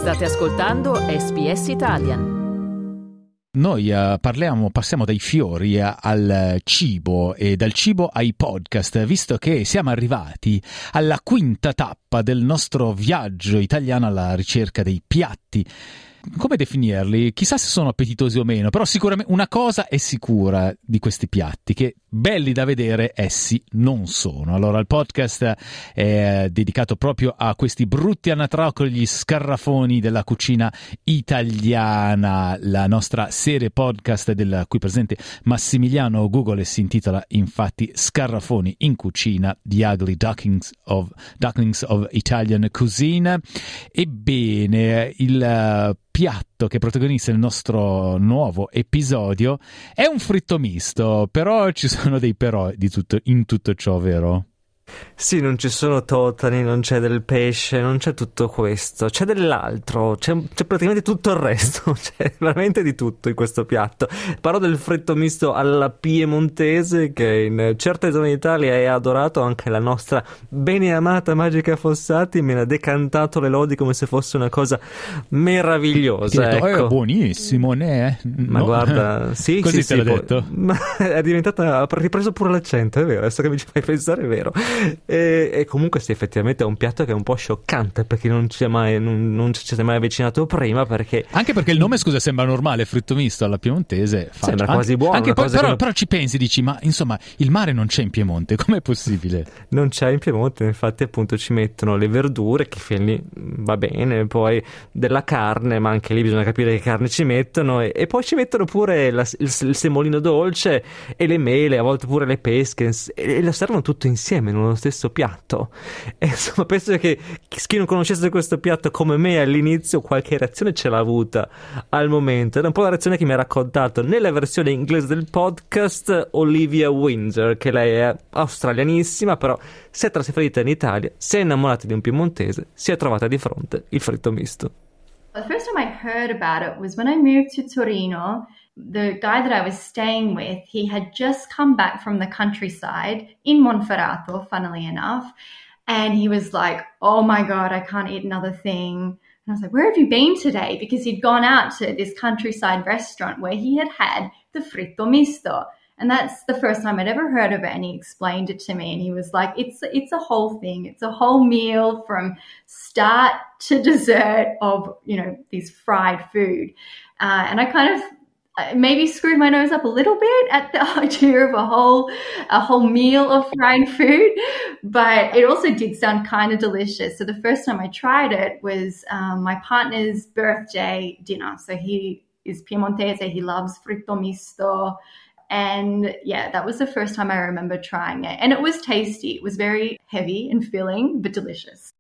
State ascoltando SBS Italian. Noi passiamo dai fiori al cibo e dal cibo ai podcast, visto che siamo arrivati alla quinta tappa del nostro viaggio italiano alla ricerca dei piatti. Come definirli? Chissà se sono appetitosi o meno, però sicuramente una cosa è sicura di questi piatti, che belli da vedere essi non sono. Allora il podcast è dedicato proprio a questi brutti anatrocoli, gli scarrafoni della cucina italiana. La nostra serie podcast del qui presente Massimiliano Google si intitola infatti Scarrafoni in cucina, The Ugly Ducklings of Italian Cuisine. Ebbene, il piatto che protagonizza il nostro nuovo episodio è un fritto misto, però ci sono dei però in tutto ciò, vero? Sì, non ci sono totani, non c'è del pesce, non c'è tutto questo, c'è dell'altro, c'è praticamente tutto il resto, c'è veramente di tutto in questo piatto. Parlo del fritto misto alla piemontese, che in certe zone d'Italia è adorato. Anche la nostra bene amata Magica Fossati me l'ha decantato le lodi come se fosse una cosa meravigliosa. Detto, ecco. È buonissimo, ne? Ma no. guarda, sì, così sì, te l'ho sì, detto. Ma è diventata, ha ripreso pure l'accento, è vero, adesso che mi ci fai pensare è vero. E comunque sì, effettivamente è un piatto che è un po' scioccante, perché non ci è mai avvicinato prima, perché anche perché il nome, scusa, sembra normale, fritto misto alla piemontese, sembra quasi buono, anche poi, però ci pensi, dici, ma insomma il mare non c'è in Piemonte, com'è possibile? Non c'è in Piemonte, infatti appunto ci mettono le verdure, che fin lì va bene, poi della carne, ma anche lì bisogna capire che carne ci mettono, e poi ci mettono pure il semolino dolce e le mele, a volte pure le pesche, e lo servono tutto insieme in uno stesso piatto. E insomma, penso che chi non conoscesse questo piatto come me all'inizio qualche reazione ce l'ha avuta al momento. Era un po' la reazione che mi ha raccontato nella versione inglese del podcast Olivia Windsor, che lei è australianissima, però si è trasferita in Italia, si è innamorata di un piemontese, si è trovata di fronte il fritto misto. The first time I heard about it was when I moved to Torino. The guy that I was staying with, he had just come back from the countryside in Monferrato, funnily enough, and he was like, oh my God, I can't eat another thing. And I was like, where have you been today? Because he'd gone out to this countryside restaurant where he had the fritto misto. And that's the first time I'd ever heard of it, and he explained it to me, and he was like, it's a whole thing. It's a whole meal from start to dessert of, this fried food. And I kind of maybe screwed my nose up a little bit at the idea of a whole meal of fried food, but it also did sound kind of delicious. So the first time I tried it was my partner's birthday dinner. So he is Piemontese, he loves fritto misto. And yeah, that was the first time I remember trying it. And it was tasty. It was very heavy and filling, but delicious.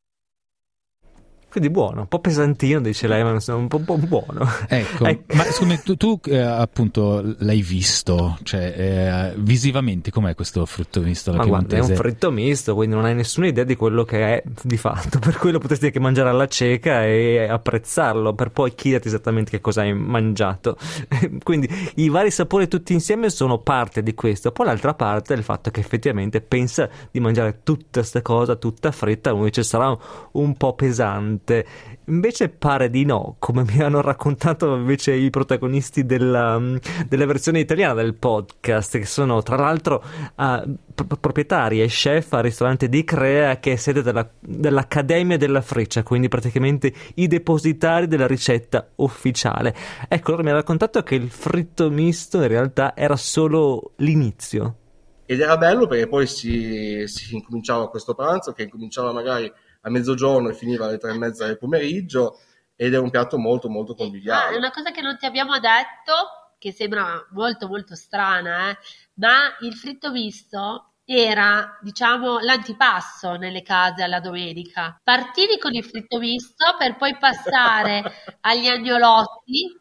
Quindi buono, un po' pesantino, dice lei, ma un po' buono. Ecco, ma scusami, tu appunto l'hai visto, cioè visivamente com'è questo frutto misto alla piemontese? Guarda, è un fritto misto, quindi non hai nessuna idea di quello che è di fatto, per cui lo potresti anche mangiare alla cieca e apprezzarlo, per poi chiederti esattamente che cosa hai mangiato. Quindi i vari sapori tutti insieme sono parte di questo, poi l'altra parte è il fatto che effettivamente pensa di mangiare tutta sta cosa, tutta fritta, uno dice sarà un po' pesante. Invece pare di no, come mi hanno raccontato invece i protagonisti della versione italiana del podcast, che sono tra l'altro proprietari e chef al ristorante di Crea, che è sede dell'Accademia della Freccia, quindi praticamente i depositari della ricetta ufficiale. Ecco, loro mi hanno raccontato che il fritto misto in realtà era solo l'inizio. Ed era bello perché poi si incominciava questo pranzo, che incominciava magari a mezzogiorno e finiva alle 3:30 del pomeriggio, ed è un piatto molto molto conviviale. Una cosa che non ti abbiamo detto, che sembra molto molto strana, ma il fritto misto era, diciamo, l'antipasto nelle case alla domenica. Partivi con il fritto misto per poi passare agli agnolotti,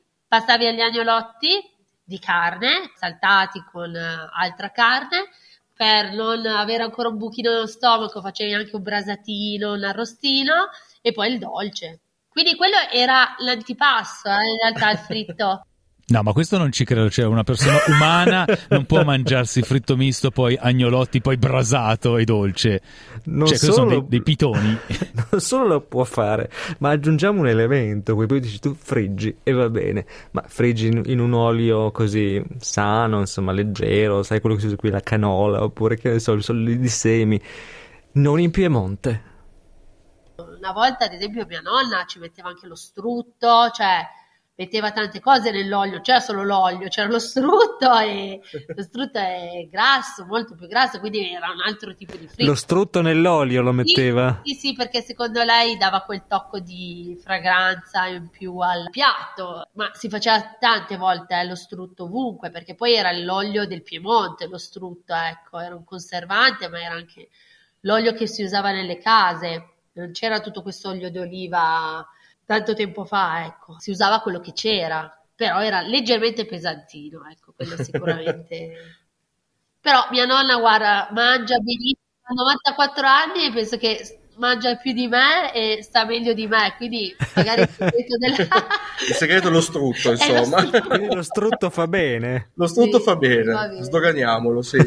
di carne, saltati con altra carne. Per non avere ancora un buchino nello stomaco facevi anche un brasatino, un arrostino e poi il dolce. Quindi quello era l'antipasto, in realtà, il fritto. No, ma questo non ci credo, cioè una persona umana non può mangiarsi fritto misto, poi agnolotti, poi brasato e dolce. Questi sono dei pitoni. Non solo lo può fare, ma aggiungiamo un elemento, poi dici tu friggi e va bene, ma friggi in un olio così sano, insomma leggero, sai quello che si usa qui, la canola, oppure che ne so, il solio di semi, non in Piemonte. Una volta, ad esempio, mia nonna ci metteva anche lo strutto, cioè metteva tante cose nell'olio, c'era solo l'olio, c'era lo strutto e lo strutto è grasso, molto più grasso, quindi era un altro tipo di fritto. Lo strutto nell'olio lo metteva? Sì, perché secondo lei dava quel tocco di fragranza in più al piatto, ma si faceva tante volte lo strutto ovunque, perché poi era l'olio del Piemonte, lo strutto, ecco, era un conservante, ma era anche l'olio che si usava nelle case, non c'era tutto questo olio d'oliva tanto tempo fa, ecco, si usava quello che c'era, però era leggermente pesantino, ecco, quello sicuramente. Però mia nonna, guarda, mangia benissimo, ha 94 anni e penso che mangia più di me e sta meglio di me, quindi magari il segreto è lo strutto, insomma. Quindi lo strutto fa bene. Lo strutto fa bene, sdoganiamolo, sì.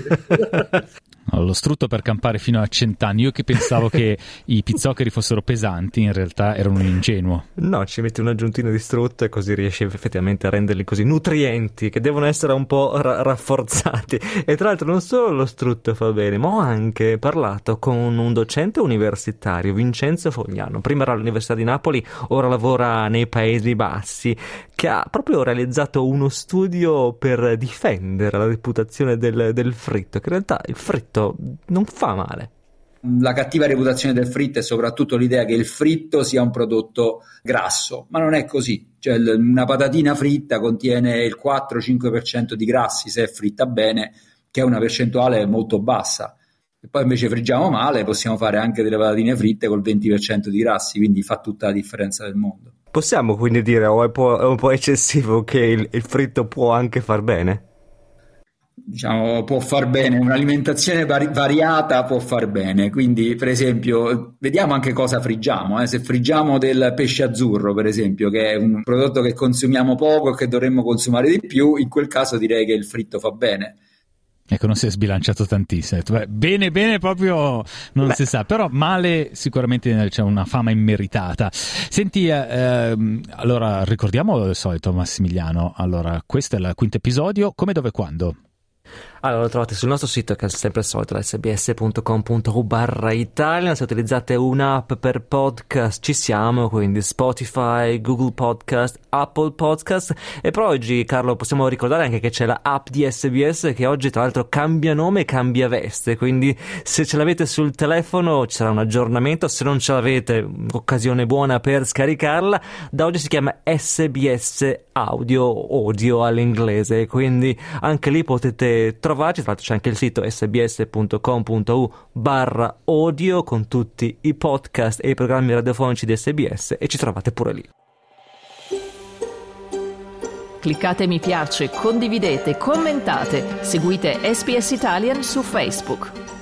Lo strutto per campare fino a 100 anni. Io che pensavo che i pizzoccheri fossero pesanti, in realtà ero un ingenuo. No, ci metti un'aggiuntina di strutto e così riesci effettivamente a renderli così nutrienti, che devono essere un po' rafforzati. E tra l'altro non solo lo strutto fa bene, ma ho anche parlato con un docente universitario, Vincenzo Fogliano. Prima era all'Università di Napoli, ora lavora nei Paesi Bassi, che ha proprio realizzato uno studio per difendere la reputazione del fritto, che in realtà il fritto non fa male. La cattiva reputazione del fritto è soprattutto l'idea che il fritto sia un prodotto grasso, ma non è così. Cioè, una patatina fritta contiene il 4-5% di grassi se è fritta bene, che è una percentuale molto bassa. E poi invece friggiamo male, possiamo fare anche delle patatine fritte col 20% di grassi, quindi fa tutta la differenza del mondo. Possiamo quindi dire, o è un po' eccessivo, che il fritto può anche far bene? Diciamo, può far bene, un'alimentazione variata può far bene, quindi per esempio vediamo anche cosa friggiamo, se friggiamo del pesce azzurro per esempio, che è un prodotto che consumiamo poco e che dovremmo consumare di più, in quel caso direi che il fritto fa bene. Ecco, non si è sbilanciato tantissimo. Bene proprio non si sa, però male sicuramente c'è una fama immeritata. Senti, allora ricordiamo il solito, Massimiliano, allora questo è il 5º episodio, come, dove, quando? Allora, lo trovate sul nostro sito, che è sempre il solito, sbs.com.u/Italia. Se utilizzate un'app per podcast ci siamo, quindi Spotify, Google Podcast, Apple Podcast. E per oggi, Carlo, possiamo ricordare anche che c'è la app di SBS, che oggi tra l'altro cambia nome e cambia veste, quindi se ce l'avete sul telefono ci sarà un aggiornamento, se non ce l'avete, occasione buona per scaricarla. Da oggi si chiama SBS Audio all'inglese, quindi anche lì potete trovarci. Tra l'altro c'è anche il sito sbs.com.u/audio con tutti i podcast e i programmi radiofonici di SBS, e ci trovate pure lì. Cliccate mi piace, condividete, commentate, seguite SBS Italian su Facebook.